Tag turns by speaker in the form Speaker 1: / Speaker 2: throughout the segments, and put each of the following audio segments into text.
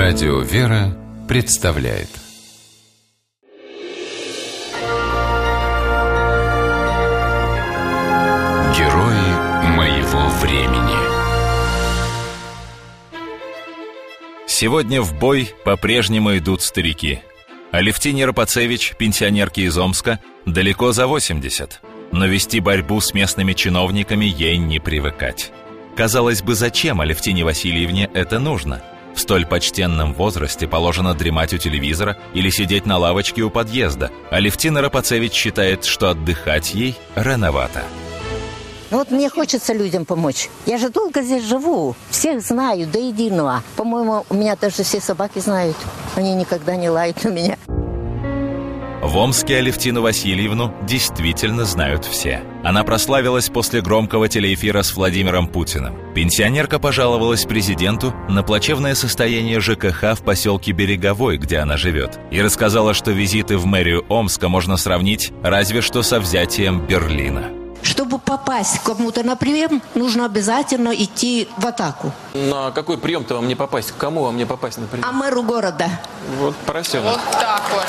Speaker 1: Радио «Вера» представляет Герои моего времени.
Speaker 2: Сегодня в бой по-прежнему идут старики. Алевтине Рапоцевич, пенсионерке из Омска, далеко за 80. Но вести борьбу с местными чиновниками ей не привыкать. Казалось бы, зачем Алевтине Васильевне это нужно? В столь почтенном возрасте положено дремать у телевизора или сидеть на лавочке у подъезда. Алевтина Рапоцевич считает, что отдыхать ей рановато.
Speaker 3: Вот мне хочется людям помочь. Я же долго здесь живу. Всех знаю до единого. По-моему, у меня даже все собаки знают. Они никогда не лают на меня.
Speaker 2: В Омске Алевтину Васильевну действительно знают все. Она прославилась после громкого телеэфира с Владимиром Путиным. Пенсионерка пожаловалась президенту на плачевное состояние ЖКХ в поселке Береговой, где она живет, и рассказала, что визиты в мэрию Омска можно сравнить разве что со взятием Берлина.
Speaker 3: Чтобы попасть кому-то на прием, нужно обязательно идти в атаку.
Speaker 4: На какой прием-то вам не попасть? К кому вам не попасть на прием?
Speaker 3: А мэру города.
Speaker 4: Вот поросенок.
Speaker 5: Вот так вот.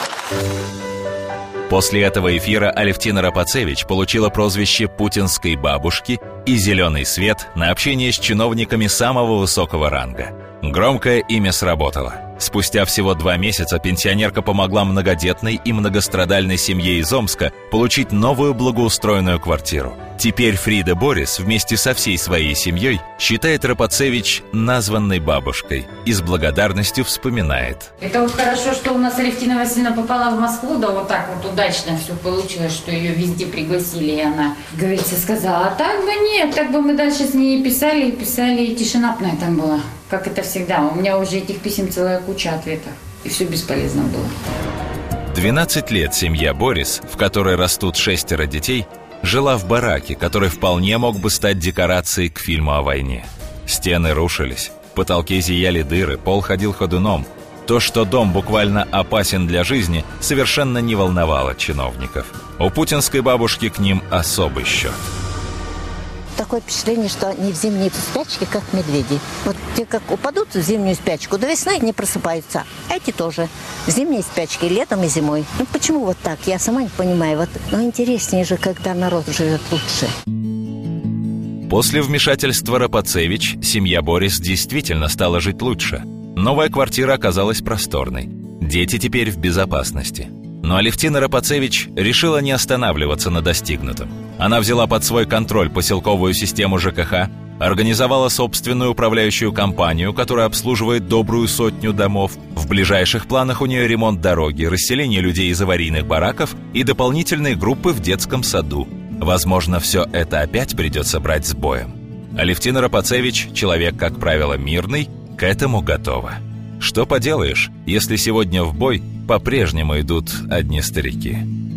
Speaker 2: После этого эфира Алевтина Рапоцевич получила прозвище «путинской бабушки» и «зеленый свет» на общение с чиновниками самого высокого ранга. Громкое имя сработало. Спустя всего 2 месяца пенсионерка помогла многодетной и многострадальной семье из Омска получить новую благоустроенную квартиру. Теперь Фрида Борис вместе со всей своей семьей считает Рапоцевич названной бабушкой и с благодарностью вспоминает.
Speaker 5: Это вот хорошо, что у нас Алевтина Васильевна попала в Москву, да вот так вот удачно все получилось, что ее везде пригласили, и она, говорится, сказала, а так бы нет, так бы мы дальше с ней писали, и тишина б на этом была. Как это всегда, у меня уже этих писем целая куча ответов, и все бесполезно было.
Speaker 2: 12 лет семья Борис, в которой растут 6 детей, жила в бараке, который вполне мог бы стать декорацией к фильму о войне. Стены рушились, в потолке зияли дыры, пол ходил ходуном. То, что дом буквально опасен для жизни, совершенно не волновало чиновников. У путинской бабушки к ним особый счет.
Speaker 3: Такое впечатление, что они в зимней спячке, как медведи. Вот те, как упадут в зимнюю спячку, до весны не просыпаются. Эти тоже. В зимней спячке, летом и зимой. Ну почему вот так? Я сама не понимаю. Вот, но интереснее же, когда народ живет лучше.
Speaker 2: После вмешательства Рапоцевич семья Борис действительно стала жить лучше. Новая квартира оказалась просторной. Дети теперь в безопасности. Но Алевтина Рапоцевич решила не останавливаться на достигнутом. Она взяла под свой контроль поселковую систему ЖКХ, организовала собственную управляющую компанию, которая обслуживает добрую 100 домов. В ближайших планах у нее ремонт дороги, расселение людей из аварийных бараков и дополнительные группы в детском саду. Возможно, все это опять придется брать с боем. Алевтина Рапоцевич, человек, как правило, мирный, к этому готова. Что поделаешь, если сегодня в бой по-прежнему идут одни старики.